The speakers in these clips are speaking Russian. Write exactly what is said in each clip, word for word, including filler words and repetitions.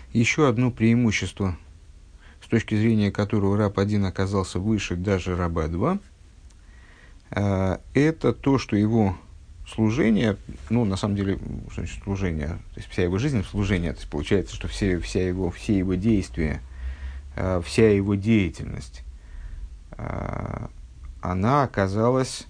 Еще одно преимущество, с точки зрения которого раб один оказался выше даже раба два, это то, что его служение, ну, на самом деле, что значит служение, то есть вся его жизнь в служении, то есть получается, что все, вся его, все его действия, вся его деятельность, она оказалась,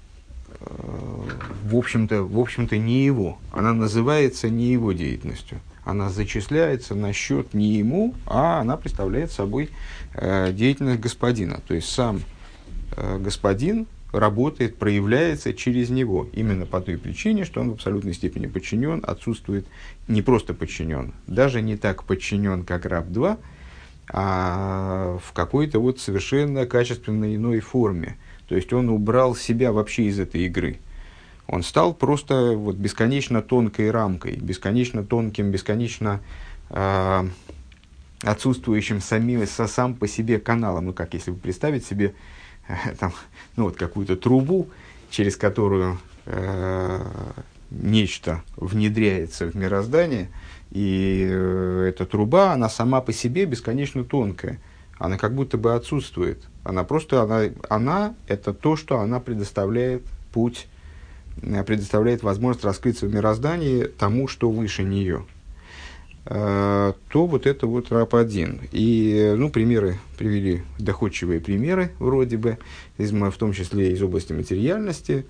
в общем-то, в общем-то, не его. Она называется не его деятельностью. Она зачисляется на счет не ему, а она представляет собой э, деятельность господина. То есть сам э, господин работает, проявляется через него. Именно по той причине, что он в абсолютной степени подчинен, отсутствует, не просто подчинен, даже не так подчинен, как раб два, а в какой-то вот совершенно качественно иной форме. То есть он убрал себя вообще из этой игры. Он стал просто вот бесконечно тонкой рамкой, бесконечно тонким, бесконечно э, отсутствующим самим, со, сам по себе каналом. Ну, как если бы представить себе э, там, ну, вот какую-то трубу, через которую э, нечто внедряется в мироздание, и э, эта труба, она сама по себе бесконечно тонкая. Она как будто бы отсутствует. Она просто, она, она это то, что она предоставляет путь, предоставляет возможность раскрыться в мироздании тому, что выше нее, то вот это вот раб один. И, ну, примеры привели, доходчивые примеры, вроде бы, из, в том числе из области материальности,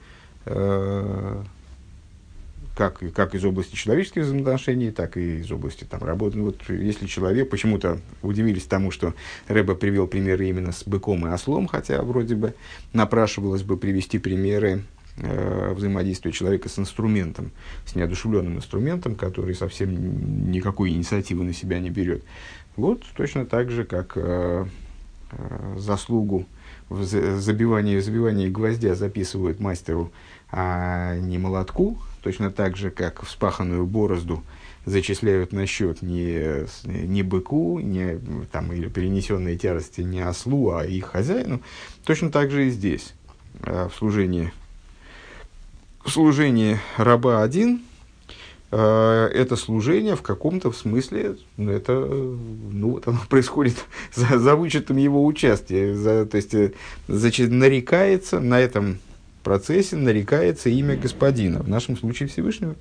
как, как из области человеческих взаимоотношений, так и из области там, работы. Вот, если человек, почему-то удивились тому, что Рэбе привел примеры именно с быком и ослом, хотя вроде бы напрашивалось бы привести примеры взаимодействия человека с инструментом, с неодушевленным инструментом, который совсем никакой инициативы на себя не берет. Вот точно так же, как э, э, заслугу в забивании, в забивании гвоздя записывают мастеру, а не молотку, точно так же, как вспаханную борозду зачисляют на счет не, не быку, не, там, или перенесенные тяжести не ослу, а их хозяину, точно так же и здесь, э, в служении В служении раба один, э, это служение в каком-то смысле, ну, это, ну, вот оно происходит за, за вычетом его участия. За, то есть, э, значит, нарекается, на этом процессе нарекается имя господина, в нашем случае Всевышнего.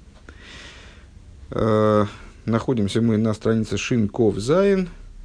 Э, находимся мы на странице Шин Ков Зайн.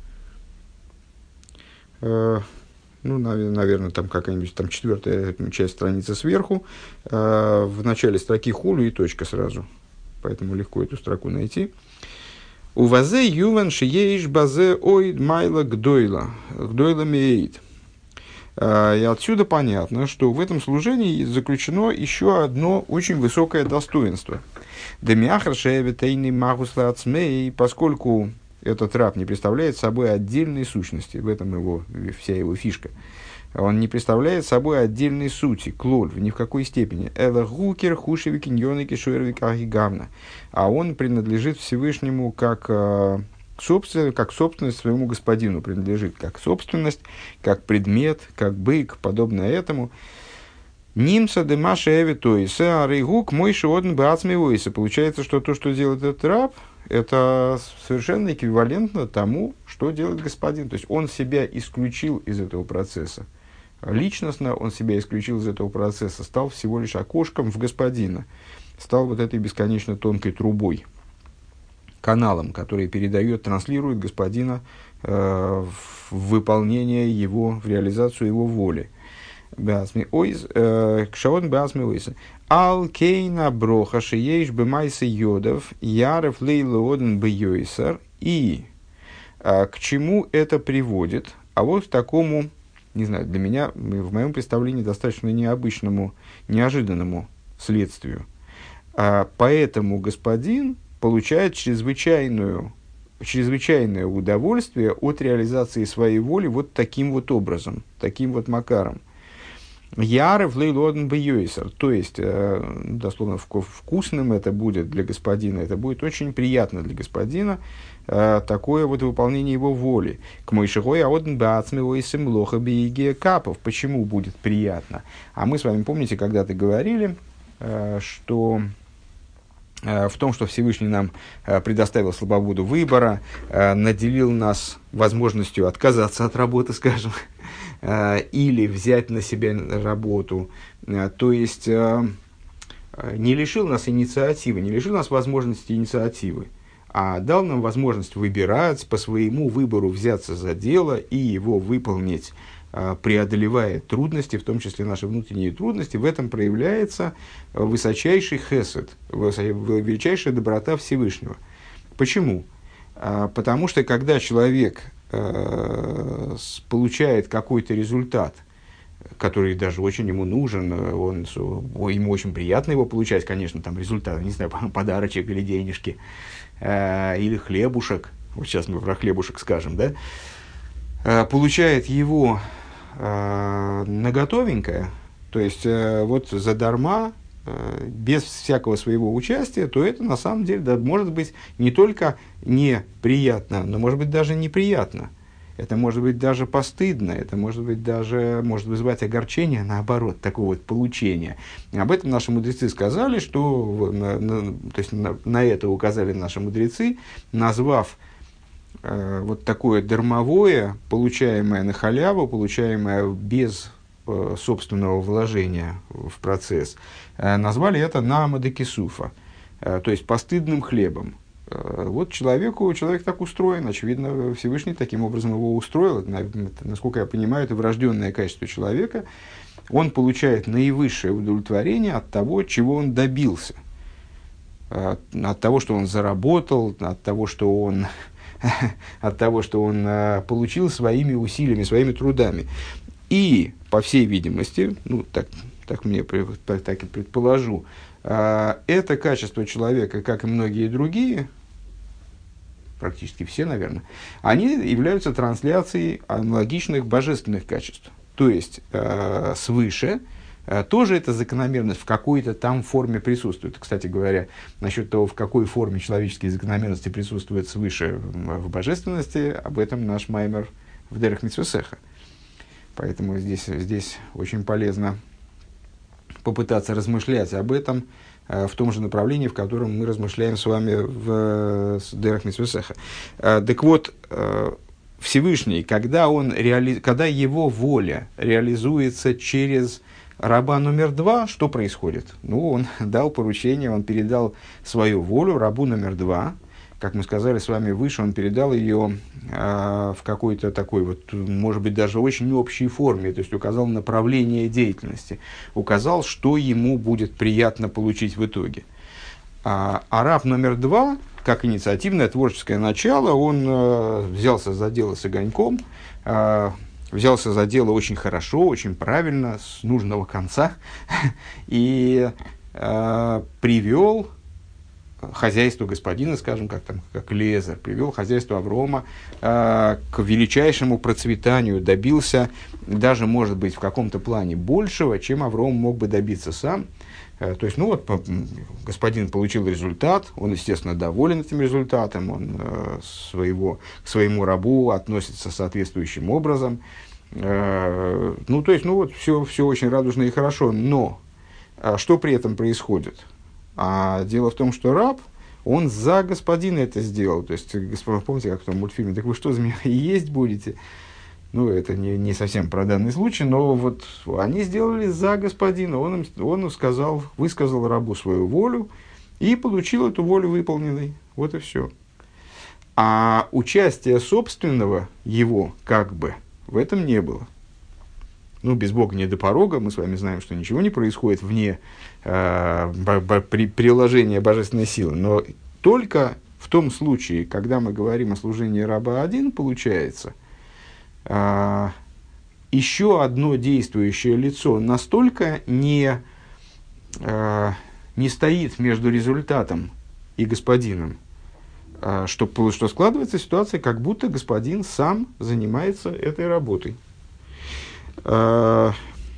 Э, Ну, наверное, там какая-нибудь там четвертая часть страницы сверху. Э, в начале строки хулю и точка сразу. Поэтому легко эту строку найти. У вазе юван шиеиш базе оид майла гдойла. Гдойла меид. И отсюда понятно, что в этом служении заключено еще одно очень высокое достоинство. Демиахар шеевитейни магусла ацмей, поскольку этот раб не представляет собой отдельной сущности, в этом его, вся его фишка. Он не представляет собой отдельной сути, клоль, ни в какой степени. Эла гукер, хушеви, киньоныки, шуэрви, гамна. А он принадлежит Всевышнему как, э, собственно, как собственность своему господину, принадлежит как собственность, как предмет, как бык, подобное этому. Нимса демаша эвитоиса, арейгук мой шиодн баацмивоиса. Получается, что то, что делает этот раб, это совершенно эквивалентно тому, что делает господин. То есть он себя исключил из этого процесса. Личностно он себя исключил из этого процесса, стал всего лишь окошком в господина, стал вот этой бесконечно тонкой трубой, каналом, который передает, транслирует господина э, в выполнение его, в реализацию его воли. Кшаон беасми ойс. Ал кейна броха шиеш бемайса йодов яров лейлооден бейойсар. И а, к чему это приводит? А вот к такому, не знаю, для меня, в моем представлении, достаточно необычному, неожиданному следствию. А, поэтому господин получает чрезвычайную, чрезвычайное удовольствие от реализации своей воли вот таким вот образом, таким вот макаром. Яров лейлоден бейойсер, то есть, э, дословно, вкусным это будет для господина, это будет очень приятно для господина, э, такое вот выполнение его воли. К мойшихой аоден баацмивойсем лоха бейге капов. Почему будет приятно? А мы с вами, помните, когда-то говорили, э, что в том, что Всевышний нам предоставил свободу выбора, наделил нас возможностью отказаться от работы, скажем, или взять на себя работу. То есть не лишил нас инициативы, не лишил нас возможности инициативы, а дал нам возможность выбирать, по своему выбору взяться за дело и его выполнить, преодолевая трудности, в том числе наши внутренние трудности. В этом проявляется высочайший хесед, величайшая доброта Всевышнего. Почему? Потому что когда человек получает какой-то результат, который даже очень ему нужен, он, ему очень приятно его получать, конечно, там результат, не знаю, подарочек или денежки, или хлебушек, вот сейчас мы про хлебушек скажем, да, получает его на готовенькое, то есть вот задарма, без всякого своего участия, то это на самом деле да, может быть не только неприятно, но может быть даже неприятно. Это может быть даже постыдно, это может быть даже может вызывать огорчение, наоборот, такого вот получения. Об этом наши мудрецы сказали, что на, на, то есть на, на это указали наши мудрецы, назвав э, вот такое дармовое, получаемое на халяву, получаемое без э, собственного вложения в процесс, э, назвали это намадекисуфа, э, то есть постыдным хлебом. Вот человеку, человек так устроен, очевидно, Всевышний таким образом его устроил. Насколько я понимаю, это врожденное качество человека. Он получает наивысшее удовлетворение от того, чего он добился. От того, что он заработал, от того, что он, от того, что он получил своими усилиями, своими трудами. И, по всей видимости, ну, так, так мне так и предположу, это качество человека, как и многие другие, практически все, наверное, они являются трансляцией аналогичных божественных качеств. То есть, э, свыше э, тоже эта закономерность в какой-то там форме присутствует. Кстати говоря, насчет того, в какой форме человеческие закономерности присутствуют свыше в, в божественности, об этом наш маймер в Дерех Мицвот Сеха. Поэтому здесь, здесь очень полезно попытаться размышлять об этом в том же направлении, в котором мы размышляем с вами в Дерех Мицвот Сеха. Так вот, Всевышний, когда, он реали... когда его воля реализуется через раба номер два, что происходит? Ну, он дал поручение, он передал свою волю рабу номер два. Как мы сказали с вами выше, он передал ее э, в какой-то такой, вот, может быть, даже очень общей форме, то есть указал направление деятельности, указал, что ему будет приятно получить в итоге. А, а раб номер два, как инициативное творческое начало, он э, взялся за дело с огоньком, э, взялся за дело очень хорошо, очень правильно, с нужного конца, и э, привел хозяйство господина, скажем, как, там, как Лезер, привел хозяйство Аврома э, к величайшему процветанию, добился даже, может быть, в каком-то плане большего, чем Авром мог бы добиться сам. Э, то есть, ну вот, по, господин получил результат, он, естественно, доволен этим результатом, он э, своего, к своему рабу относится соответствующим образом. Э, ну, то есть, ну вот, все, все очень радужно и хорошо, но э, что при этом происходит? А дело в том, что раб, он за господина это сделал. То есть, помните, как в том мультфильме, так вы что, за меня есть будете? Ну, это не, не совсем про данный случай, но вот они сделали за господина. Он им, он сказал, высказал рабу свою волю и получил эту волю выполненной. Вот и все. А участия собственного его, как бы, в этом не было. Ну, без Бога не до порога, мы с вами знаем, что ничего не происходит вне э, бо- бо- при, приложения божественной силы. Но только в том случае, когда мы говорим о служении раба один, получается, э, еще одно действующее лицо настолько не, э, не стоит между результатом и господином, э, что, что складывается ситуация, как будто господин сам занимается этой работой. Капов.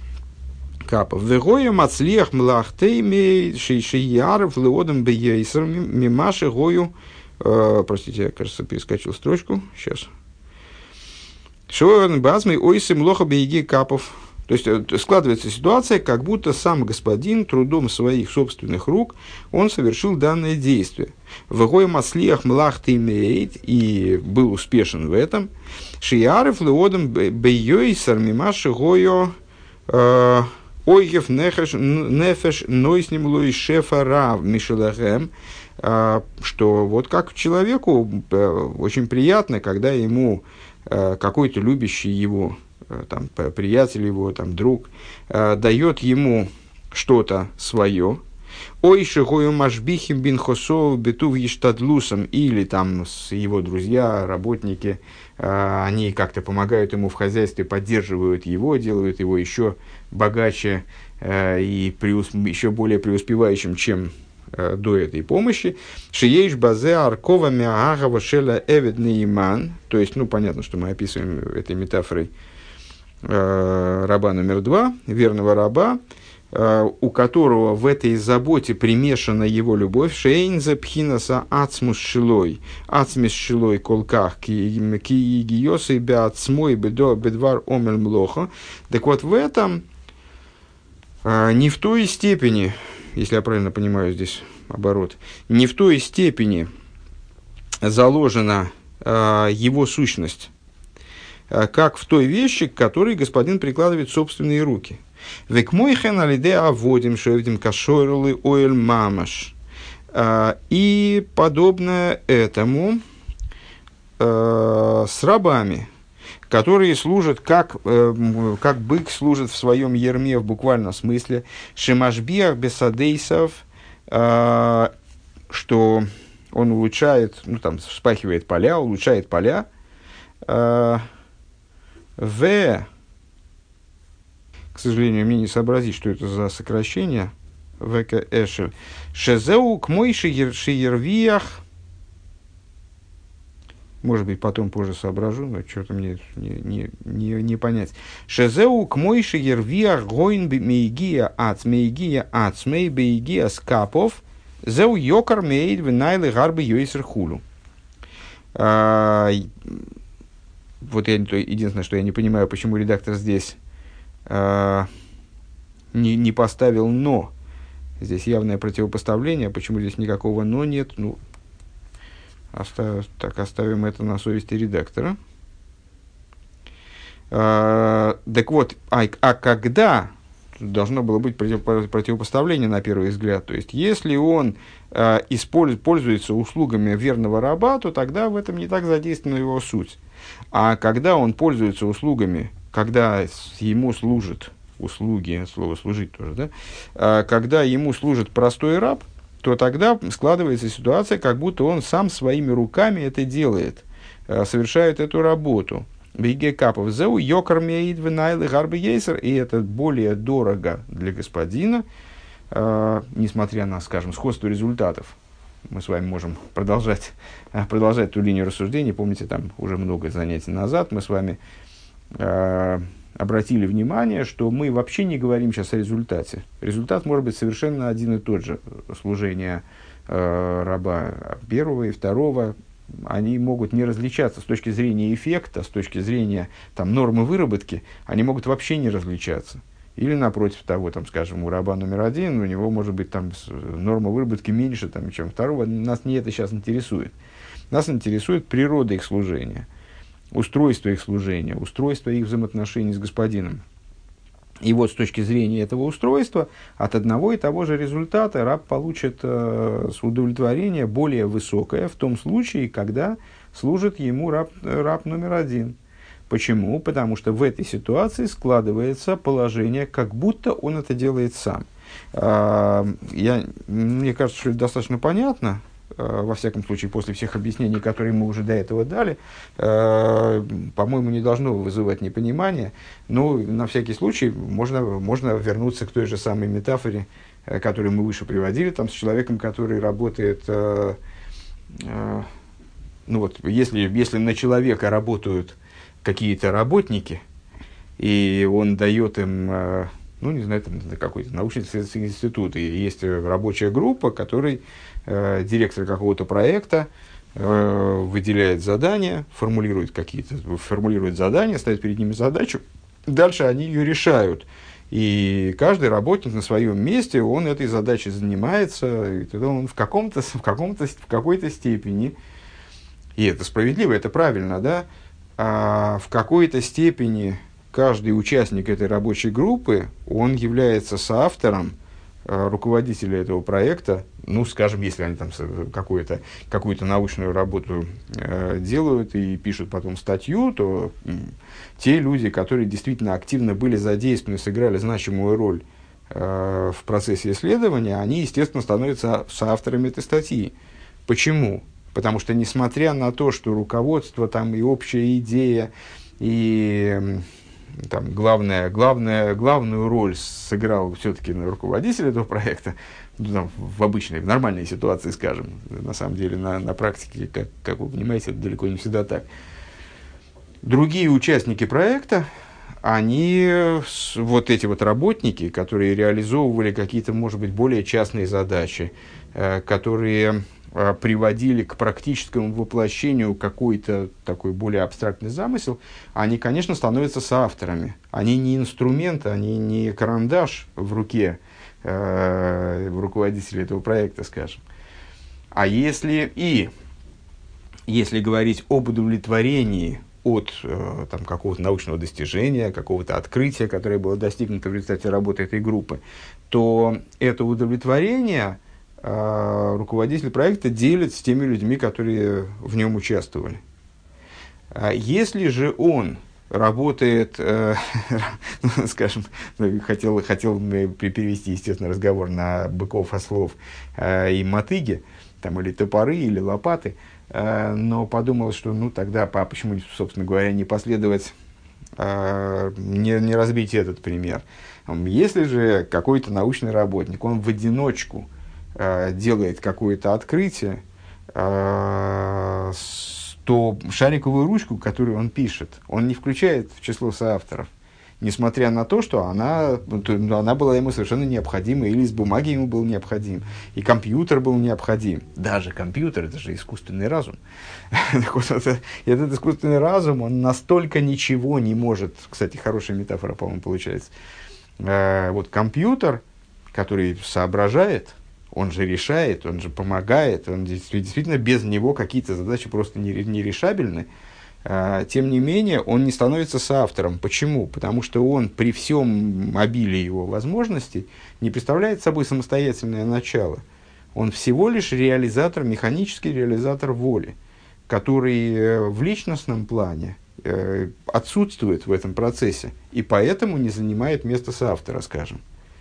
Вегоя мацлиях млахтейми шейшияров леодом бейсер мимаши гою. Простите, я, кажется, перескочил строчку. Сейчас. Шоэн базмей ойсы млоха бейги капов. То есть складывается ситуация, как будто сам господин трудом своих собственных рук он совершил данное действие. Вегой маслиах млахт имеет, и был успешен в этом. Шияров леодом бейой сармимаши гойо ойгев нефеш нойсним луи шефа рав мишелахем. Что вот как человеку очень приятно, когда ему какой-то любящий его там, приятель его, там, друг, э, дает ему что-то свое, ой, шигою машбихим бин хосов бетув ештадлусом, или там с его друзья, работники, э, они как-то помогают ему в хозяйстве, поддерживают его, делают его еще богаче э, и преус, еще более преуспевающим, чем э, до этой помощи. Шиеш базе аркова мягагава шела эвед нейман, то есть, ну, понятно, что мы описываем этой метафорой раба номер два, верного раба, у которого в этой заботе примешана его любовь. Шейнзе пхинаса ацмус шилой, ацмис шилой колках, ки егиосы беацмой бедо бедвар омель млоха. Так вот, в этом не в той степени, если я правильно понимаю здесь оборот, не в той степени заложена его сущность, как в той вещи, к которой господин прикладывает собственные руки. Век мой хен алиде аводим шевдим кашорлы оэль мамаш. И подобное этому с рабами, которые служат, как, как бык служит в своем ерме в буквальном смысле, шемашбиах бесадейсов, что он улучшает, ну там вспахивает поля, улучшает поля, В, к сожалению, мне не сообразить, что это за сокращение. Века Эшер. Шезеу к мой шиервиях. Может быть, потом позже соображу, но что-то мне не, не, не, не понять. Шезеу к мой шиервиях гойн мейгия ац мейгия ац мей бейгия скапов. Зеу йокар мейд винайлы гарбы йойсер хулу. Вот я, единственное, что я не понимаю, почему редактор здесь э, не, не поставил «но». Здесь явное противопоставление. Почему здесь никакого «но» нет? Ну, оставь, так, оставим это на совести редактора. Э, так вот, а, а когда должно было быть против, противопоставление на первый взгляд? То есть, если он э, использует, пользуется услугами верного раба, то тогда в этом не так задействована его суть. А когда он пользуется услугами, когда ему служит услуги, слово служить тоже, да, а когда ему служит простой раб, то тогда складывается ситуация, как будто он сам своими руками это делает, совершает эту работу. И это более дорого для господина, несмотря на, скажем, сходство результатов. Мы с вами можем продолжать, продолжать ту линию рассуждений. Помните, там уже много занятий назад мы с вами э, обратили внимание, что мы вообще не говорим сейчас о результате. Результат может быть совершенно один и тот же. Служение э, раба первого и второго, они могут не различаться с точки зрения эффекта, с точки зрения там, нормы выработки, они могут вообще не различаться. Или, напротив того, там, скажем, у раба номер один, у него может быть там, норма выработки меньше, там, чем второго. Нас не это сейчас интересует. Нас интересует природа их служения, устройство их служения, устройство их взаимоотношений с господином. И вот с точки зрения этого устройства, от одного и того же результата раб получит э, удовлетворение более высокое в том случае, когда служит ему раб, раб номер один. Почему? Потому что в этой ситуации складывается положение, как будто он это делает сам. Я, мне кажется, что это достаточно понятно, во всяком случае, после всех объяснений, которые мы уже до этого дали, по-моему, не должно вызывать непонимание, но на всякий случай можно, можно вернуться к той же самой метафоре, которую мы выше приводили, там, с человеком, который работает... Ну вот, если, если на человека работают какие-то работники, и он дает им, ну, не знаю, там, какой-то научно-исследовательский институт, и есть рабочая группа, которой э, директор какого-то проекта э, выделяет задания, формулирует какие-то, формулирует задания, ставит перед ними задачу, дальше они ее решают. И каждый работник на своем месте, он этой задачей занимается, и тогда он в, каком-то, в, каком-то, в какой-то степени, и это справедливо, это правильно, да, а в какой-то степени каждый участник этой рабочей группы, он является соавтором, руководителя этого проекта. Ну, скажем, если они там какую-то, какую-то научную работу э, делают и пишут потом статью, то м, те люди, которые действительно активно были задействованы, сыграли значимую роль э, в процессе исследования, они, естественно, становятся соавторами этой статьи. Почему? Потому что, несмотря на то, что руководство там, и общая идея, и там, главное, главное, главную роль сыграл все-таки руководитель этого проекта, ну, там, в обычной, в нормальной ситуации, скажем. На самом деле, на, на практике, как, как вы понимаете, это далеко не всегда так. Другие участники проекта, они, вот эти вот работники, которые реализовывали какие-то, может быть, более частные задачи, э, которые приводили к практическому воплощению какой-то такой более абстрактный замысел, они, конечно, становятся соавторами. Они не инструмент, они не карандаш в руке э, руководителя этого проекта, скажем. А если и если говорить об удовлетворении от э, там, какого-то научного достижения, какого-то открытия, которое было достигнуто в результате работы этой группы, то это удовлетворение руководитель проекта делит с теми людьми, которые в нем участвовали. Если же он работает, скажем, хотел, хотел перевести, естественно, разговор на быков, ослов и мотыги, там, или топоры, или лопаты, но подумал, что ну тогда, а почему, собственно говоря, не последовать, не, не разбить этот пример. Если же какой-то научный работник, он в одиночку делает какое-то открытие, то шариковую ручку, которую он пишет, он не включает в число соавторов, несмотря на то, что она, она была ему совершенно необходима, или из бумаги ему был необходим, и компьютер был необходим. Даже компьютер – это же искусственный разум. Этот искусственный разум, он настолько ничего не может, кстати, хорошая метафора, по-моему, получается. Вот компьютер, который соображает, он же решает, он же помогает, он действительно без него какие-то задачи просто нерешабельны. Тем не менее, он не становится соавтором. Почему? Потому что он при всем обилии его возможностей не представляет собой самостоятельное начало. Он всего лишь реализатор, механический реализатор воли, который в личностном плане отсутствует в этом процессе и поэтому не занимает место соавтора, скажем.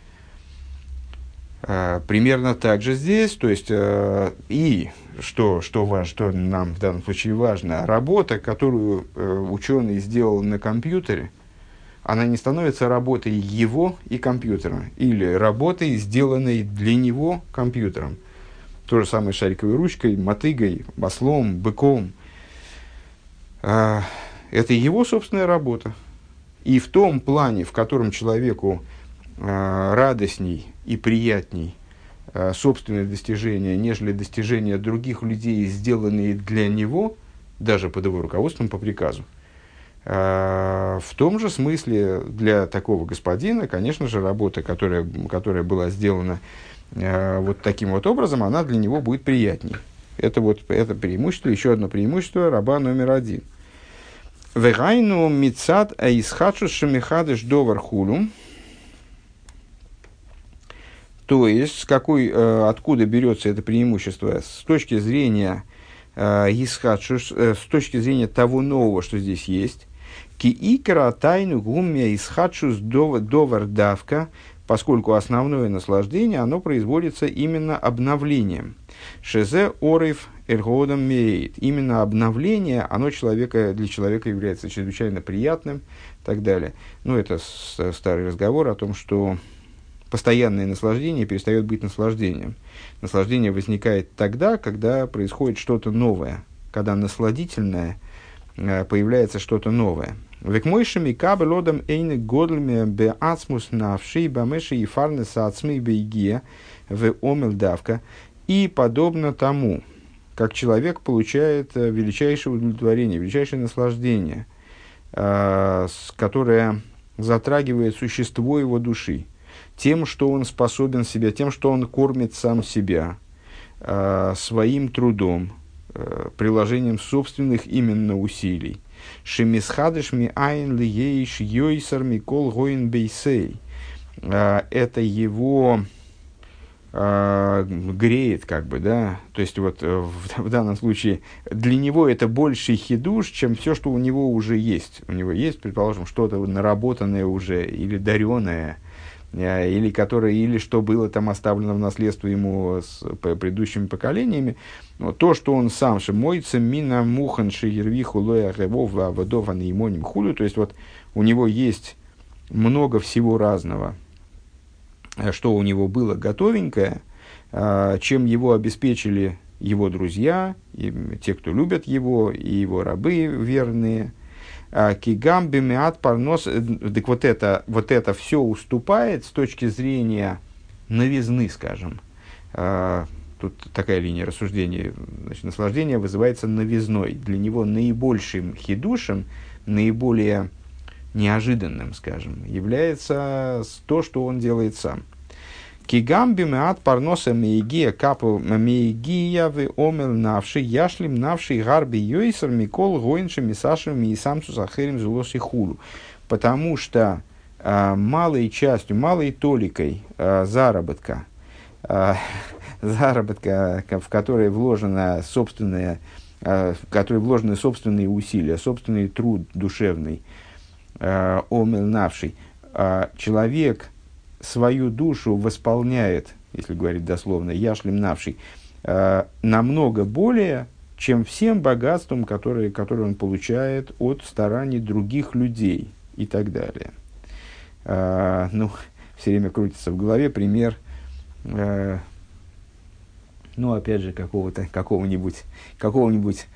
Примерно так же здесь, то есть, э, и что, что, важно, что нам в данном случае важно, работа, которую э, ученый сделал на компьютере, она не становится работой его и компьютера, или работой, сделанной для него компьютером. То же самое с шариковой ручкой, мотыгой, ослом, быком. Э, это его собственная работа. И в том плане, в котором человеку э, радостней и приятней э, собственные достижения, нежели достижения других людей, сделанные для него, даже под его руководством по приказу. Э, в том же смысле для такого господина, конечно же, работа, которая, которая была сделана э, вот таким вот образом, она для него будет приятней. Это вот это преимущество, еще одно преимущество раба номер один. Вегайну мицад аисхадшус шамихадыш довар хулум. То есть, с какой, э, откуда берется это преимущество? С точки зрения э, исхадшус, э, с точки зрения того нового, что здесь есть. Ки икра тайну гуммия исхадшус довар давка, поскольку основное наслаждение, оно производится именно обновлением. Шезе орев эргодом меет. Именно обновление, оно человека, для человека является чрезвычайно приятным и так далее. Ну, это с, старый разговор о том, что постоянное наслаждение перестает быть наслаждением. Наслаждение возникает тогда, когда происходит что-то новое, когда насладительное э, появляется что-то новое. Векмойшими кабелодом эйны годльме беацмус навши бамеши и фарнеса ацмы бейге в омелдавка. И подобно тому, как человек получает величайшее удовлетворение, величайшее наслаждение, э, которое затрагивает существо его души, тем, что он способен себя, тем, что он кормит сам себя, э, своим трудом, э, приложением собственных именно усилий. Шемисхадыш ми айн ли ейш йойсар микол гоин бейсей. Это его э, греет, как бы, да, то есть вот в, в данном случае для него это больший хидуш, чем все, что у него уже есть. У него есть, предположим, что-то наработанное уже или дареное, э, или которое, или что было там оставлено в наследство ему с по, предыдущими поколениями. Вот, то, что он сам шемойца мина мухан шиервиху лоя ревов вавадован и моним хулю, то есть вот у него есть много всего разного, что у него было готовенькое, чем его обеспечили его друзья, и те, кто любят его, и его рабы верные. Кигамби меат парнос. Так вот это, вот это все уступает с точки зрения новизны, скажем. Тут такая линия рассуждения. Значит, наслаждение вызывается новизной. Для него наибольшим хидушем, наиболее неожиданным, скажем, является то, что он делает сам. Кигамби меат парноса меигия капу меигия вы омел навши яшлим навши гарби йойсер микол гоинши мисашем и самцу сахерим зулоси хулу. Потому что э, малой частью, малой толикой э, заработка, э, заработка, в которой вложено собственное, э, в которой вложены собственные усилия, собственный труд душевный, омел навший, человек свою душу восполняет, если говорить дословно, яшлим навший, намного более, чем всем богатством, которое, которое он получает от стараний других людей и так далее. Ну, все время крутится в голове пример, ну, опять же, какого-то, какого-нибудь, какого-нибудь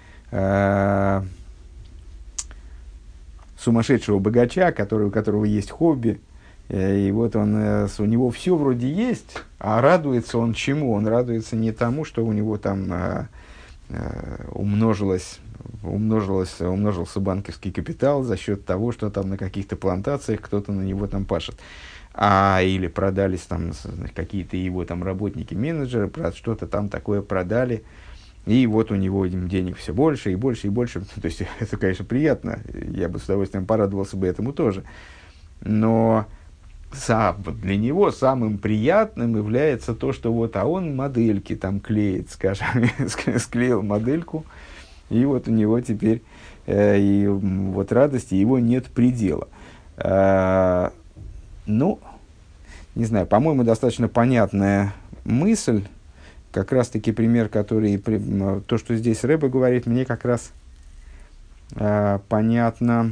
сумасшедшего богача, который, у которого есть хобби, и вот он, у него все вроде есть, а радуется он чему? Он радуется не тому, что у него там а, а, умножилось, умножилось, умножился банковский капитал за счет того, что там на каких-то плантациях кто-то на него там пашет, а, или продались там какие-то его там работники, менеджеры, что-то там такое продали. И вот у него денег все больше и больше и больше. То есть, это, конечно, приятно. Я бы с удовольствием порадовался бы этому тоже. Но сам, для него самым приятным является то, что вот, а он модельки там клеит, скажем, склеил модельку, и вот у него теперь э, и вот радости его нет предела. Э, ну, не знаю, по-моему, достаточно понятная мысль. Как раз таки пример, который, то, что здесь Рэбе говорит, мне как раз э, понятно,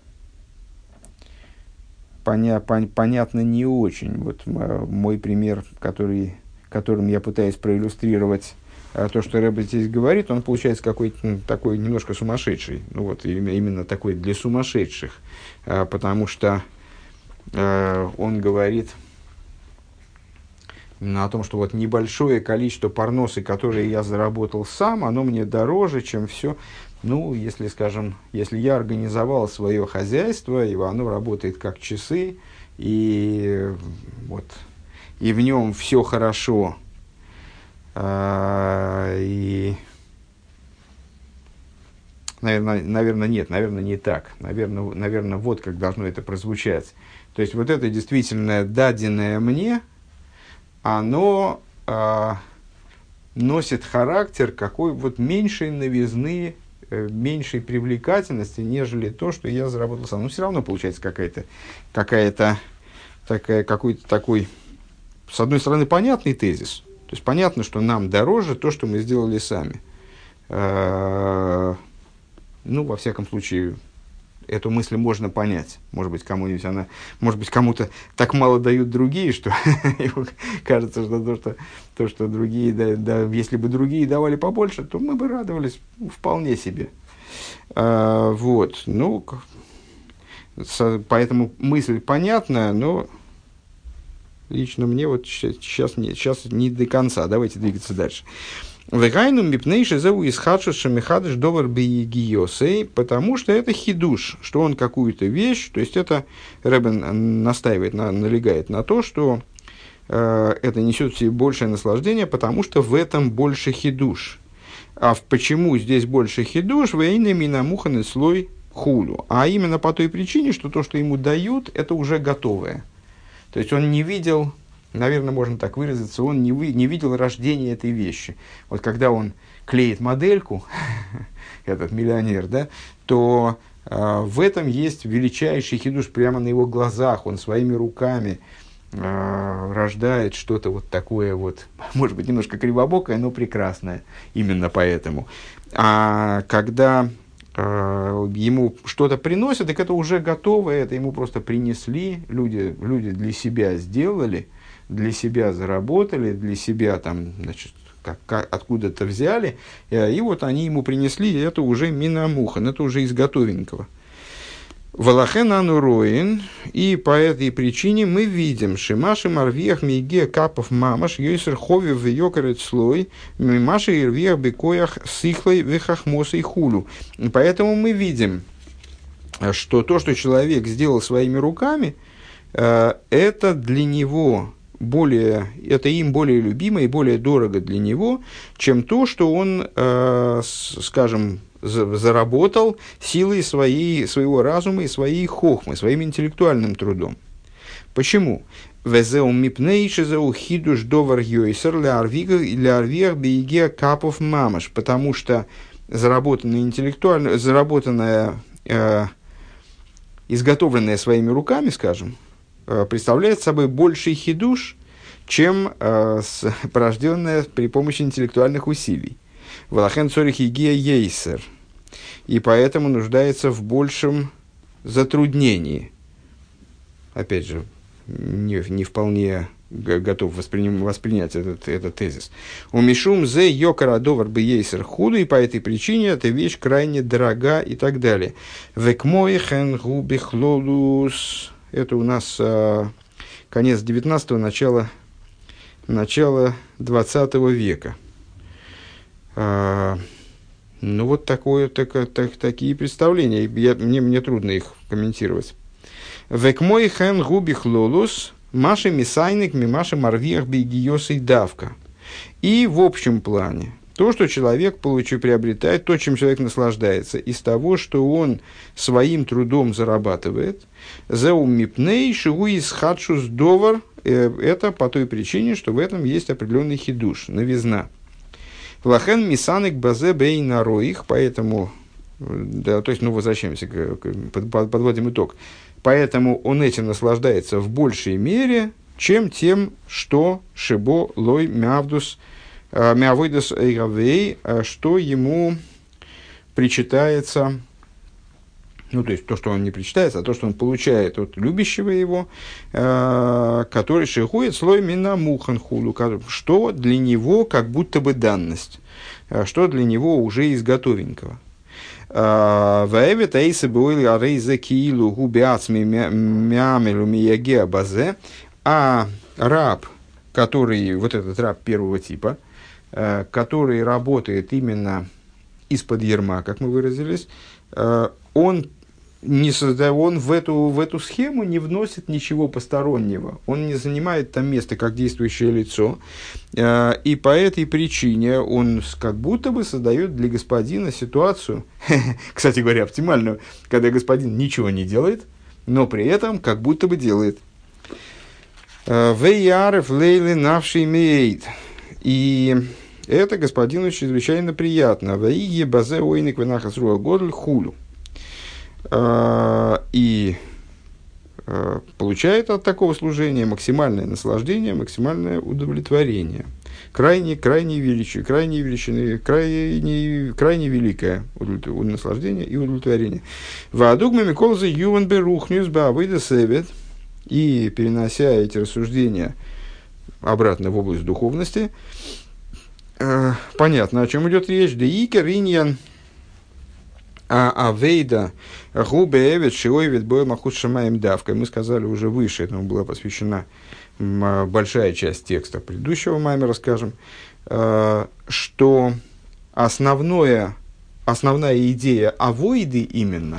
поня, пон, понятно не очень. Вот э, мой пример, который, которым я пытаюсь проиллюстрировать э, то, что Рэбе здесь говорит, он получается какой-то ну, такой немножко сумасшедший. Ну, вот, именно такой для сумасшедших, э, потому что э, он говорит именно о том, что вот небольшое количество парносы, которые я заработал сам, оно мне дороже, чем все. Ну, если, скажем, если я организовал свое хозяйство, и оно работает как часы, и, вот, и в нем все хорошо, а, и, наверное, наверное, нет, наверное, не так. Наверное, наверное, вот как должно это прозвучать. То есть, вот это действительно даденное мне, оно э, носит характер какой вот меньшей новизны, э, меньшей привлекательности, нежели то, что я заработал сам. Но все равно получается какая-то, какая-то такая, какой-то такой, с одной стороны, понятный тезис. То есть понятно, что нам дороже то, что мы сделали сами. Э, ну, во всяком случае, эту мысль можно понять. Может быть, кому-нибудь она, может быть, кому-то так мало дают другие, что кажется, что то, что, то, что другие, да, да, если бы другие давали побольше, то мы бы радовались вполне себе. А, вот, ну, с, поэтому мысль понятна, но лично мне вот сейчас не, сейчас не до конца. Давайте двигаться дальше. Вегайну мипнейши зову из хадшиша мехадыш довар биегиосей, потому что это хидуш, что он какую-то вещь, то есть это Ребен настаивает, на, налегает на то, что э, это несет в себе большее наслаждение, потому что в этом больше хидуш. А в, почему здесь больше хидуш? Вейна минамуханы слой хулю. А именно по той причине, что то, что ему дают, это уже готовое. То есть он не видел... Наверное, можно так выразиться, он не, вы, не видел рождения этой вещи. Вот когда он клеит модельку, этот миллионер, да, то э, в этом есть величайший хидуш прямо на его глазах. Он своими руками э, рождает что-то вот такое вот, может быть, немножко кривобокое, но прекрасное. Именно поэтому. А когда э, ему что-то приносят, так это уже готовое, это ему просто принесли, люди, люди для себя сделали, для себя заработали, для себя там, значит, как, как, откуда-то взяли, и вот они ему принесли, и это уже минамухан, это уже из готовенького. Валахен ануроин, и по этой причине мы видим, шимаши марвиях миге капов мамаш, йойсер хови в йокарет слой, мимаши ирвиях бекоях сихлой вехахмосой хулю. И поэтому мы видим, что то, что человек сделал своими руками, это для него... более, это им более любимо и более дорого для него, чем то, что он, э, с, скажем, за, заработал силой своей, своего разума и своей хохмы, своим интеллектуальным трудом. Почему? Везеу мипнейшезеу хидуш довар йойсер ля арвиях бейге капов мамаш, потому что заработанное интеллектуально, заработанное, э, изготовленное своими руками, скажем, представляет собой больший хидуш, чем э, с, порожденное при помощи интеллектуальных усилий. Валахен цорих игия ейсер. И поэтому нуждается в большем затруднении. Опять же, не, не вполне готов воспринять, воспринять этот, этот тезис. У мишум зе йокара довар бы ейсер худу, и по этой причине эта вещь крайне дорога и так далее. Векмоихен губих лолус. Это у нас а, конец девятнадцатого, начало, начало двадцатого века. А, ну, вот такое, так, так, такие представления. Я, мне, мне трудно их комментировать. Век мой хэн губих лолус, маши мисайник, мимаши марвиях бейгиосой давка. И в общем плане, то, что человек получит, приобретает, то, чем человек наслаждается, из того, что он своим трудом зарабатывает, «Зеу мипней шигу из хадшус довар» – это по той причине, что в этом есть определенный хидуш, новизна. «Лахен мисаник базе бей нароих», поэтому, да, то есть, ну, возвращаемся, к, к, под, подводим итог, поэтому он этим наслаждается в большей мере, чем тем, что шибо лой мявдус мявойдас эйгавей, что ему причитается, ну, то есть, то, что он не причитается, а то, что он получает от любящего его, который шихует слой минамухан хулу, что для него как будто бы данность, что для него уже из готовенького. Ваэвет эйсы буэли арейзе киилу губиацми мямелу мияге базе, а раб, который, вот этот раб первого типа, который работает именно из-под ярма, как мы выразились, он, не созда... он в, эту, в эту схему не вносит ничего постороннего. Он не занимает там место как действующее лицо. И по этой причине он как будто бы создает для господина ситуацию, кстати говоря, оптимальную, когда господин ничего не делает, но при этом как будто бы делает. «Вейярев лейли навший мейд». И это господину чрезвычайно приятно. «Ваиги базе ойник венахас руа годль хулю». И получает от такого служения максимальное наслаждение, максимальное удовлетворение. Крайне, крайне величие, крайне величины, крайне, крайне великое наслаждение и удовлетворение. «Ваадугма миколза юван берухнюс баавыда севет». И перенося эти рассуждения обратно в область духовности, э, понятно, о чем идет речь. Да икер иньян авейда губе эвет шиойвет боя махут шамаем давкой. Мы сказали уже выше, этому была посвящена большая часть текста предыдущего маймера, скажем. что основное, основная идея авойды именно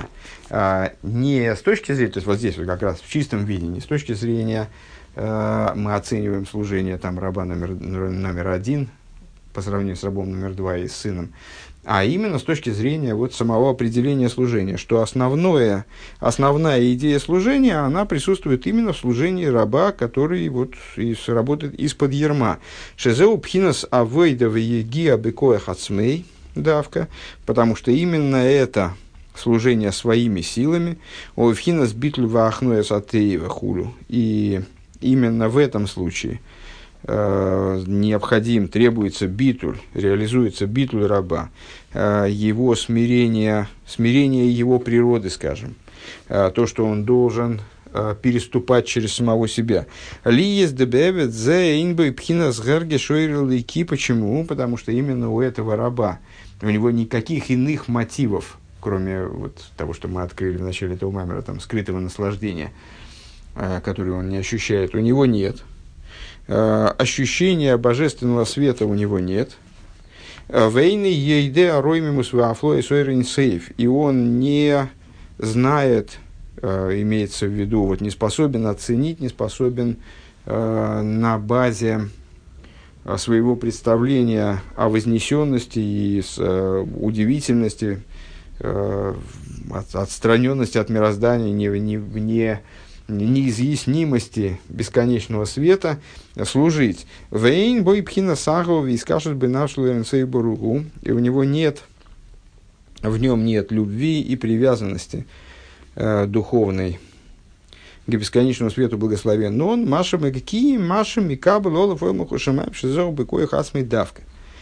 не с точки зрения, то есть вот здесь вот как раз в чистом виде, не с точки зрения мы оцениваем служение там, раба номер, номер один по сравнению с рабом номер два и с сыном, а именно с точки зрения вот самого определения служения, что основное, основная идея служения, она присутствует именно в служении раба, который вот и работает из-под ярма. Шезеу пхинас авойда вееги абекоях ацмей давка, потому что именно это служение своими силами, овхинас битль ваахноя сатеева хулю, и именно в этом случае э, необходим, требуется битуль, реализуется битуль раба, э, его смирение, смирение его природы, скажем, э, то, что он должен э, переступать через самого себя. Ли есть дебевет зе инбой пхинас герге шойрил ики. Почему? Потому что именно у этого раба, у него никаких иных мотивов, кроме вот того, что мы открыли в начале этого маймера, там, скрытого наслаждения, который он не ощущает, у него нет. Ощущения божественного света у него нет. Вейны ейде ароймимус вафло и сойрин сейф. И он не знает, имеется в виду, вот не способен оценить, не способен на базе своего представления о вознесенности и удивительности, отстраненности от мироздания, не, не, не неизъяснимости бесконечного света служить. Вейн бой пхина сагов и скажет бы наш леренцей боругу, и у него нет, в нем нет любви и привязанности э, духовной к бесконечному свету благословен. Но он машем и какие машем и кабел олаф оймуху шамаем шизор быкой хасмей давка.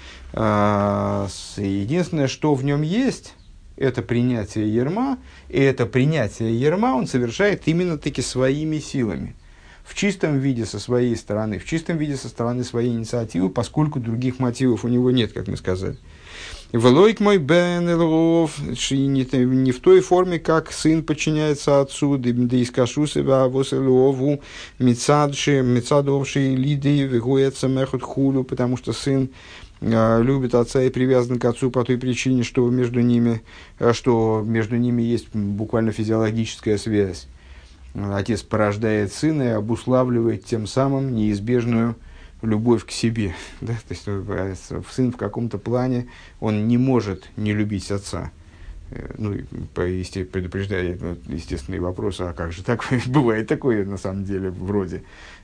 Единственное, что в нем есть, это принятие ярма, и это принятие ярма он совершает именно таки своими силами, в чистом виде со своей стороны, в чистом виде со стороны своей инициативы, поскольку других мотивов у него нет, как мы сказали. Велойк мой бен элров, не в той форме, как сын подчиняется отцу, да искашу себя воселову, мецадши, мецадовши лиды, вегуется мехот хулю, потому что сын любит отца и привязан к отцу по той причине, что между ними, что между ними есть буквально физиологическая связь. Отец порождает сына и обуславливает тем самым неизбежную любовь к себе. Да? То есть сын в каком-то плане, он не может не любить отца. Ну, предупреждая естественный вопрос, а как же так? Бывает такое, на самом деле, вроде.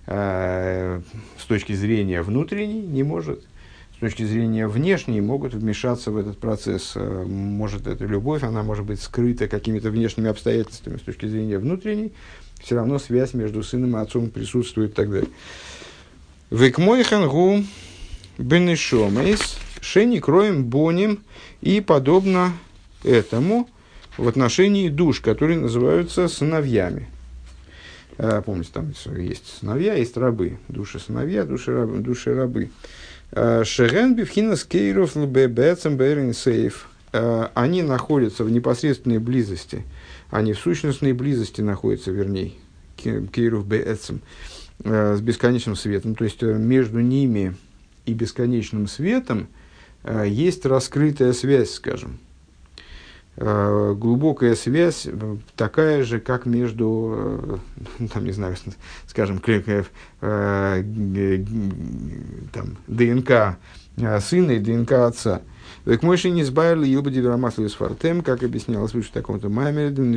С точки зрения внутренней не может. С точки зрения внешней могут вмешаться в этот процесс. Может, эта любовь, она может быть скрыта какими-то внешними обстоятельствами. С точки зрения внутренней, все равно связь между сыном и отцом присутствует и так далее. Векмойхан гу бенешомейс шени кроем боним, и подобно этому в отношении душ, которые называются сыновьями. Помните, там есть сыновья, есть рабы. Души сыновья, души рабы. Души рабы. Шерен бифхинас кейров лбэбэцэм бэрин сейф. Они находятся в непосредственной близости, они в сущностной близости находятся, вернее, кейров бэцэм, с бесконечным светом. То есть между ними и бесконечным светом есть раскрытая связь, скажем. Глубокая связь, такая же, как между, там, не знаю, скажем, там, ДНК сына и ДНК отца. Как объяснялось выше в таком-то маймере,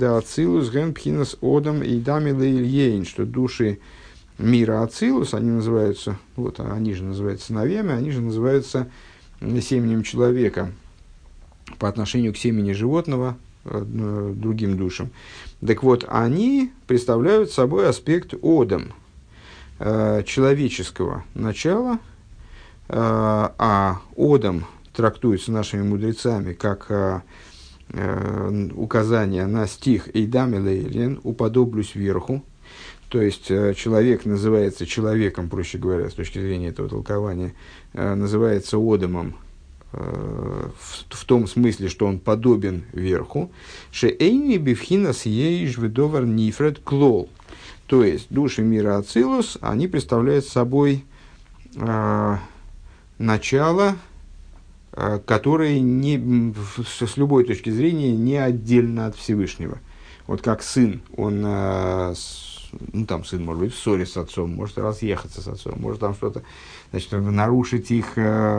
что души мира Ацилус, они называются, вот, они же называются сыновьями, они же называются семенем человека по отношению к семени животного, э, другим душам. Так вот, они представляют собой аспект Одам, э, человеческого начала, э, а Одам трактуется нашими мудрецами как э, э, указание на стих «Эйдам элейлен» «уподоблюсь верху». То есть, э, человек называется человеком, проще говоря, с точки зрения этого толкования, э, называется Одамом, В, в том смысле, что он подобен верху, шеэйни бифхинас ейш ведовар нифред клол. То есть души мира Ацилус, они представляют собой э, начало, которое не, с любой точки зрения не отдельно от Всевышнего. Вот как сын, он, ну там сын может быть в ссоре с отцом, может разъехаться с отцом, может там что-то, значит, нарушить их,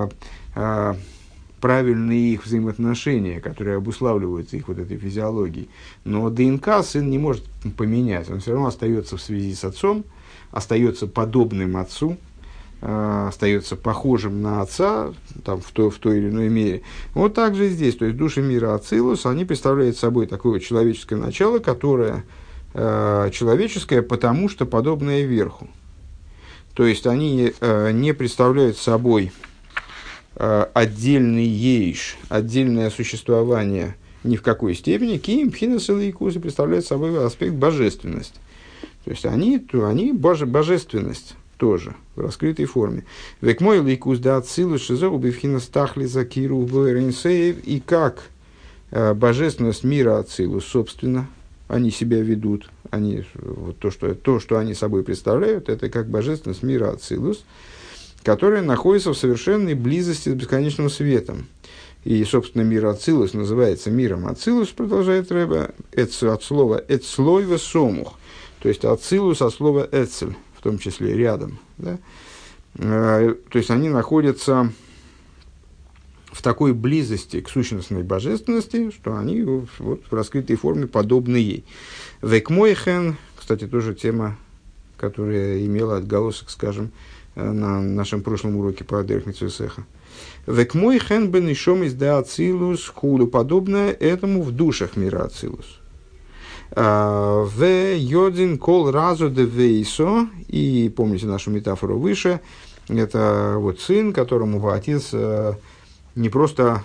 правильные их взаимоотношения, которые обуславливаются их вот этой физиологией. Но ДНК сын не может поменять, он все равно остается в связи с отцом, остается подобным отцу, остается похожим на отца там, в, той, в той или иной мере. Вот так же и здесь. То есть души мира Ацилус, они представляют собой такое человеческое начало, которое э, человеческое, потому что подобное верху. То есть они э, не представляют собой э, отдельный ейш, отдельное существование ни в какой степени. Киим, пхинас и лейкус представляют собой аспект божественности. То есть они, то они боже, божественность. Тоже в раскрытой форме. Век мой лейкус да ацилус шизо убивхина стахли закиру вэринсеев. И как э, божественность мира ацилус, собственно, они себя ведут, они, вот то, что, то, что они собой представляют, это как божественность мира ацилус, которая находится в совершенной близости с бесконечным светом. И, собственно, мир ацилус называется миром ацилус, продолжает Рэбе, от слова эцлойва сомух, то есть ацилус от слова эцель, в том числе рядом. Да? То есть они находятся в такой близости к сущностной божественности, что они вот, в раскрытой форме подобны ей. Векмойхен, кстати, тоже тема, которая имела отголосок, скажем, на нашем прошлом уроке по Дерехницу Сеха. Векмойхен бен ишом из да ацилус худу, подобное этому в душах мира ацилус. В йодин кол разу де вейсо, и помните нашу метафору выше, это вот сын, которому отец не просто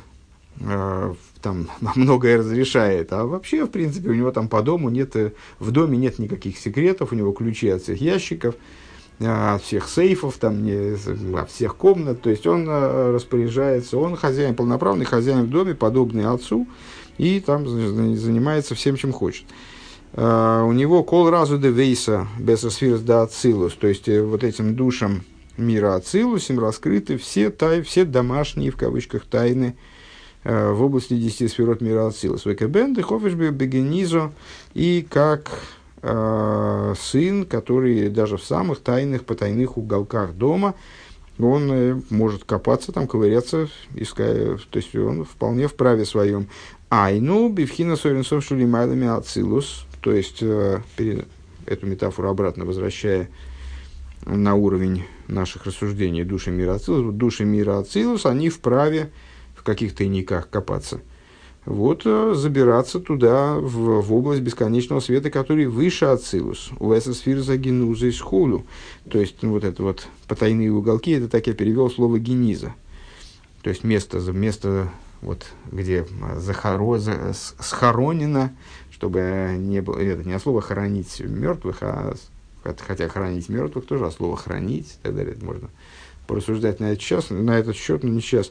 там многое разрешает, а вообще, в принципе, у него там по дому нет, в доме нет никаких секретов, у него ключи от всех ящиков, от всех сейфов, там, не, от всех комнат, то есть он распоряжается, он хозяин, полноправный хозяин в доме, подобный отцу, и там занимается всем, чем хочет. Uh, у него кол разу де вейса бесосфирс да ацилус, то есть э, вот этим душам мира ацилус им раскрыты все, тай, все домашние, в кавычках, тайны э, в области десяти сферот мира ацилус. Векебен дехофиш бегенизо, и как э, сын, который даже в самых тайных, потайных уголках дома, он э, может копаться, там, ковыряться, иская, то есть он вполне в праве своем. Айну бифхина соренсов шулимайлами ацилус. То есть, э, эту метафору обратно возвращая на уровень наших рассуждений души мира ацилус, души мира ацилус, они вправе в каких-то тайниках копаться. Вот, э, забираться туда, в, в область бесконечного света, который выше ацилус. У эсэсфир за генуза из хулю. То есть, ну, вот это вот потайные уголки, это так я перевел слово гениза. То есть, место, место вот, где захоро, за, схоронено, чтобы не было, это не от слова хоронить мертвых, а хотя хоронить мертвых тоже от слова хранить и так далее. Это можно порассуждать на этот, час, на этот счет, но не сейчас.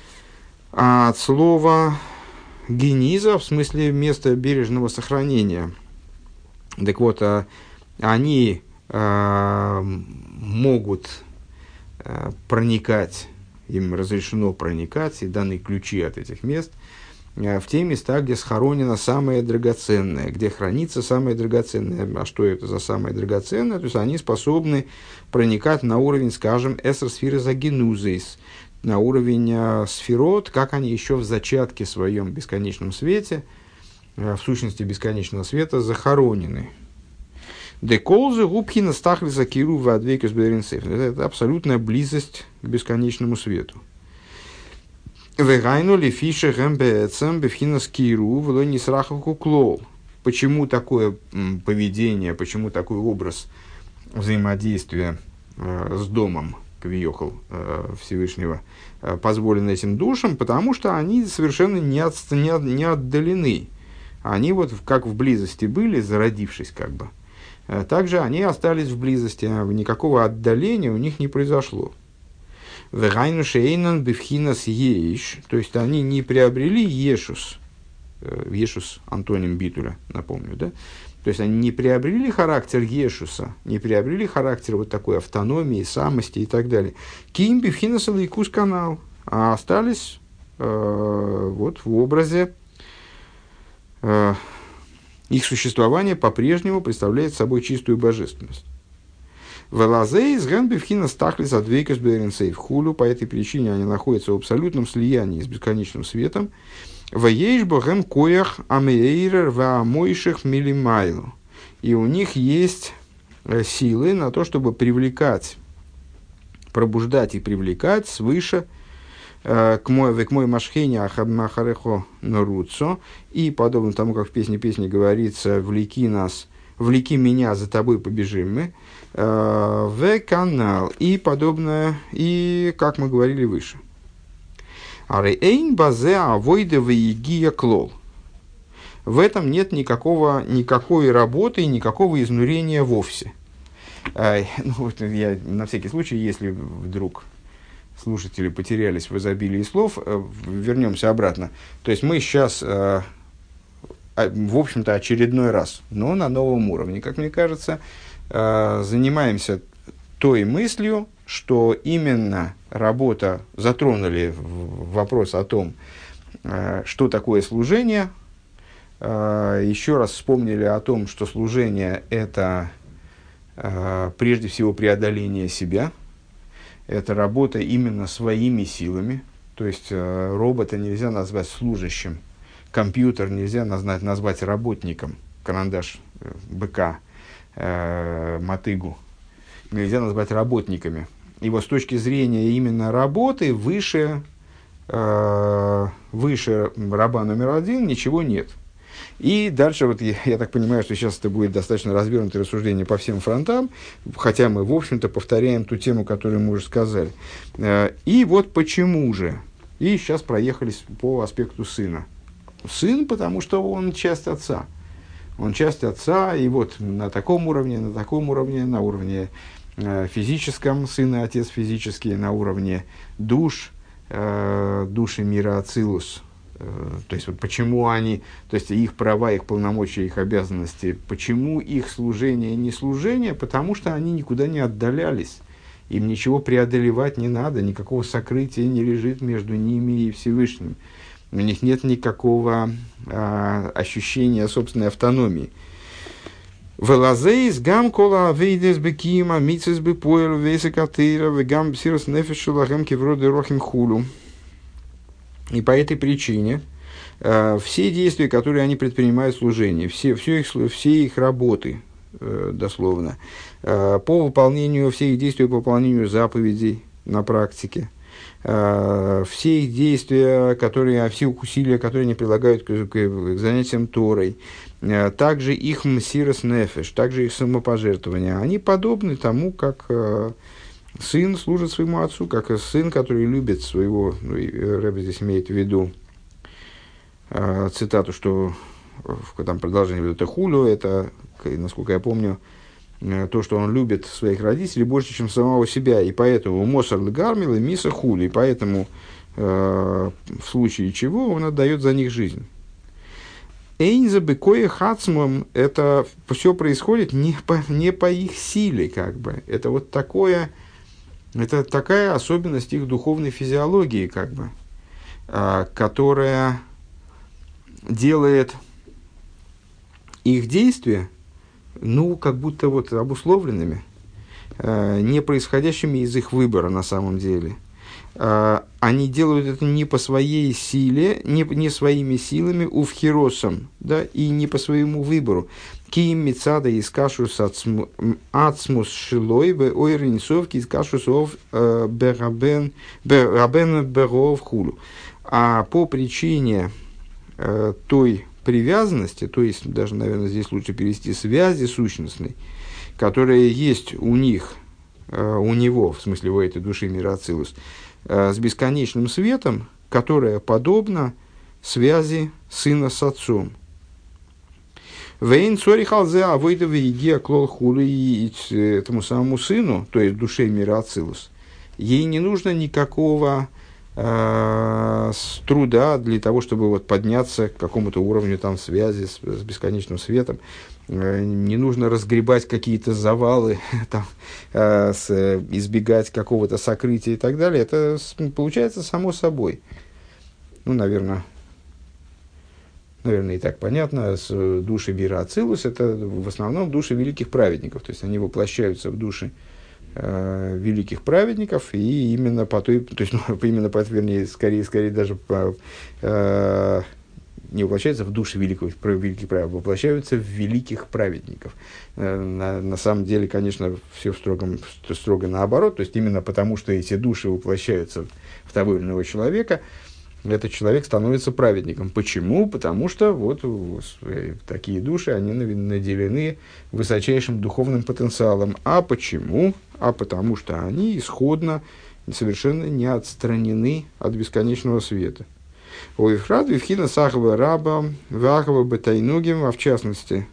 А от слова гениза, в смысле место бережного сохранения. Так вот, а, они а, могут а, проникать, им разрешено проникать, и даны ключи от этих мест, в те места, где схоронено самое драгоценное, где хранится самое драгоценное. А что это за самое драгоценное? То есть они способны проникать на уровень, скажем, эсер сферы загенузис, на уровень э, сферот, как они еще в зачатке своем бесконечном свете, э, в сущности бесконечного света, захоронены. Деколзы губхина стахли закиру в адвекус беренсев. Это абсолютная близость к бесконечному свету. Почему такое поведение, почему такой образ взаимодействия э, с домом Квиохал э, Всевышнего э, позволен этим душам? Потому что они совершенно не, от, не, не отдалены. Они вот как в близости были, зародившись как бы. Э, также они остались в близости, а никакого отдаления у них не произошло. То есть они не приобрели ешус, Ешус антоним битуля, напомню, да? То есть они не приобрели характер Ешуса, не приобрели характер вот такой автономии, самости и так далее. Ким бифхинасал и кус канал, а остались э, вот в образе э, их существования по-прежнему представляет собой чистую божественность. Велазей с генбифхина стахли за двейкас беренсей в хулю, по этой причине они находятся в абсолютном слиянии с бесконечным светом. И у них есть силы на то, чтобы привлекать, пробуждать и привлекать свыше к мой, к мой машхене ахабмахарехо наруцо, и подобно тому, как в песне песни говорится, влеки нас, влеки меня, за тобой побежим мы, в канал, и подобное, и как мы говорили выше. В этом нет никакого, никакой работы и никакого изнурения вовсе. А, ну, вот я, на всякий случай, если вдруг слушатели потерялись в изобилии слов, вернемся обратно. То есть мы сейчас, в общем-то, очередной раз, но на новом уровне, как мне кажется, занимаемся той мыслью, что именно работа, затронули вопрос о том, что такое служение, еще раз вспомнили о том, что служение – это прежде всего преодоление себя, это работа именно своими силами, то есть робота нельзя назвать служащим, компьютер нельзя назвать, назвать работником, карандаш, быка, мотыгу нельзя назвать работниками. И вот с точки зрения именно работы выше, э, выше раба номер один ничего нет. И дальше, вот я, я так понимаю, что сейчас это будет достаточно развернутое рассуждение по всем фронтам, хотя мы, в общем-то, повторяем ту тему, которую мы уже сказали. Э, и вот почему же. И сейчас проехались по аспекту сына. Сын, потому что он часть отца. Он часть отца, и вот на таком уровне, на таком уровне, на уровне физическом, сын и отец физический, на уровне душ, э, души мира Ацилус. Э, то есть, вот почему они, то есть, их права, их полномочия, их обязанности, почему их служение не служение? Потому что они никуда не отдалялись. Им ничего преодолевать не надо, никакого сокрытия не лежит между ними и Всевышним. У них нет никакого э, ощущения собственной автономии. Велазейс гам кола авейдес бекима мицес бепоэл весекатейра вегам бсирос нефешулахем кевроды рохим хулу. И по этой причине э, все действия, которые они предпринимают в служении, все, все, их, все их работы, э, дословно, э, по выполнению, все их действия по выполнению заповедей на практике, э, все их действия, которые, все усилия, которые они прилагают к, к, к занятиям Торой, также их мсирос нефеш, также их самопожертвования, они подобны тому, как э, сын служит своему отцу, как сын, который любит своего, ну, Рэбе здесь имеет в виду э, цитату, что в там продолжение это хулю, это, насколько я помню, э, то, что он любит своих родителей больше, чем самого себя, и поэтому мосар легармил и миса хули, и поэтому э, в случае чего он отдает за них жизнь. Эйнза бекоя хацмом, это все происходит не по, не по их силе, как бы. Это вот такое, это такая особенность их духовной физиологии, как бы, а, которая делает их действия, ну, как будто вот обусловленными, а, не происходящими из их выбора на самом деле. Uh, они делают это не по своей силе, не, не своими силами, увхиросом, да, и не по своему выбору. Киим мецада из кашус ацмус шилой бе ойренцовки из кашусов берабен беров хулу. А по причине uh, той привязанности, то есть даже, наверное, здесь лучше перевести связи сущностной, которая есть у них, uh, у него, в смысле у этой души мира Ацилус, с бесконечным светом, которая подобна связи сына с отцом. Вейн цорихалзе авойдове егия клол хули, и этому самому сыну, то есть душе мира Ацилус, ей не нужно никакого э, с труда для того, чтобы вот подняться к какому-то уровню там, связи с, с бесконечным светом. Э, не нужно разгребать какие-то завалы, там, э, с, избегать какого-то сокрытия и так далее. Это получается само собой. Ну, наверное, наверное, и так понятно. С души Вира Ацилус — это в основном души великих праведников. То есть они воплощаются в души э, великих праведников, и именно по той, то есть, ну, именно по, вернее, скорее, скорее даже по, э, не воплощаются в души великих, великих праведников, воплощаются в великих праведников. Э, на, на самом деле, конечно, все строго, строго наоборот. То есть именно потому, что эти души воплощаются в того или иного человека, этот человек становится праведником. Почему? Потому что вот такие души, они наделены высочайшим духовным потенциалом. А почему? А потому что они исходно совершенно не отстранены от бесконечного света. Ойфрад вивхина сахава раба вахава бетайнугим, а в частности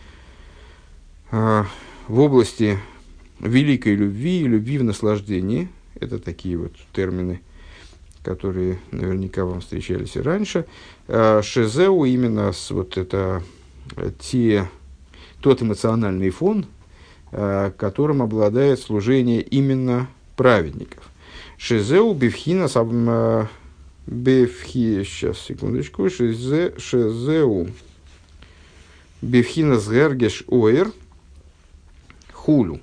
в области великой любви и любви в наслаждении. Это такие вот термины, которые наверняка вам встречались и раньше. Шезеу именно с, вот это, те, тот эмоциональный фон, которым обладает служение именно праведников. Шезеу бифхина сам бифхи, сейчас, секундочку, шезе, шезеу бифхина сгергеш оэр хулю.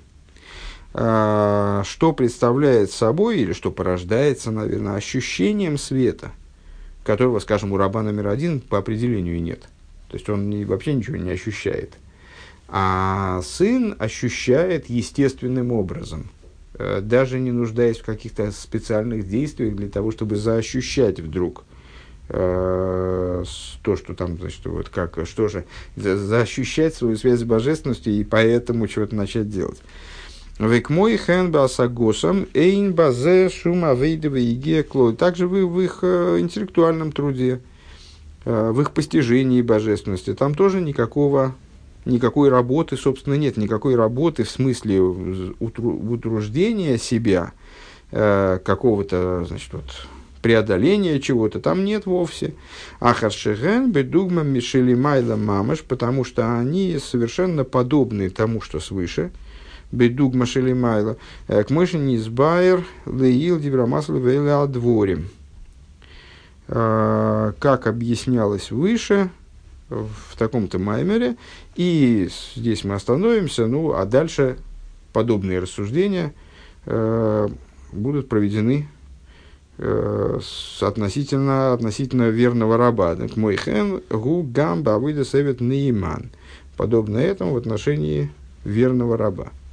Что представляет собой, или что порождается, наверное, ощущением света, которого, скажем, у раба номер один по определению нет. То есть он не, вообще ничего не ощущает. А сын ощущает естественным образом, даже не нуждаясь в каких-то специальных действиях для того, чтобы заощущать вдруг то, что там, значит, вот как, что же, за, заощущать свою связь с божественностью и поэтому чего-то начать делать. Век мой хэн басагосам эйн базе шума вейдева иге клой. Также вы в их э, интеллектуальном труде, э, в их постижении божественности, там тоже никакого, никакой работы, собственно, нет. Никакой работы в смысле утру, утруждения себя, э, какого-то, значит, вот, преодоления чего-то, там нет вовсе. Ахаршеген бедугма мишели майла мамаш, потому что они совершенно подобны тому, что свыше. Бедуг машели майла, к мыши не избайер, леил диврамаслы вейле адворим. Как объяснялось выше, в таком-то маймере, и здесь мы остановимся, ну, а дальше подобные рассуждения э, будут проведены э, с относительно, относительно верного раба. Так, мой хэн гу гамба выйда совет нейман. Подобно этому в отношении верного раба.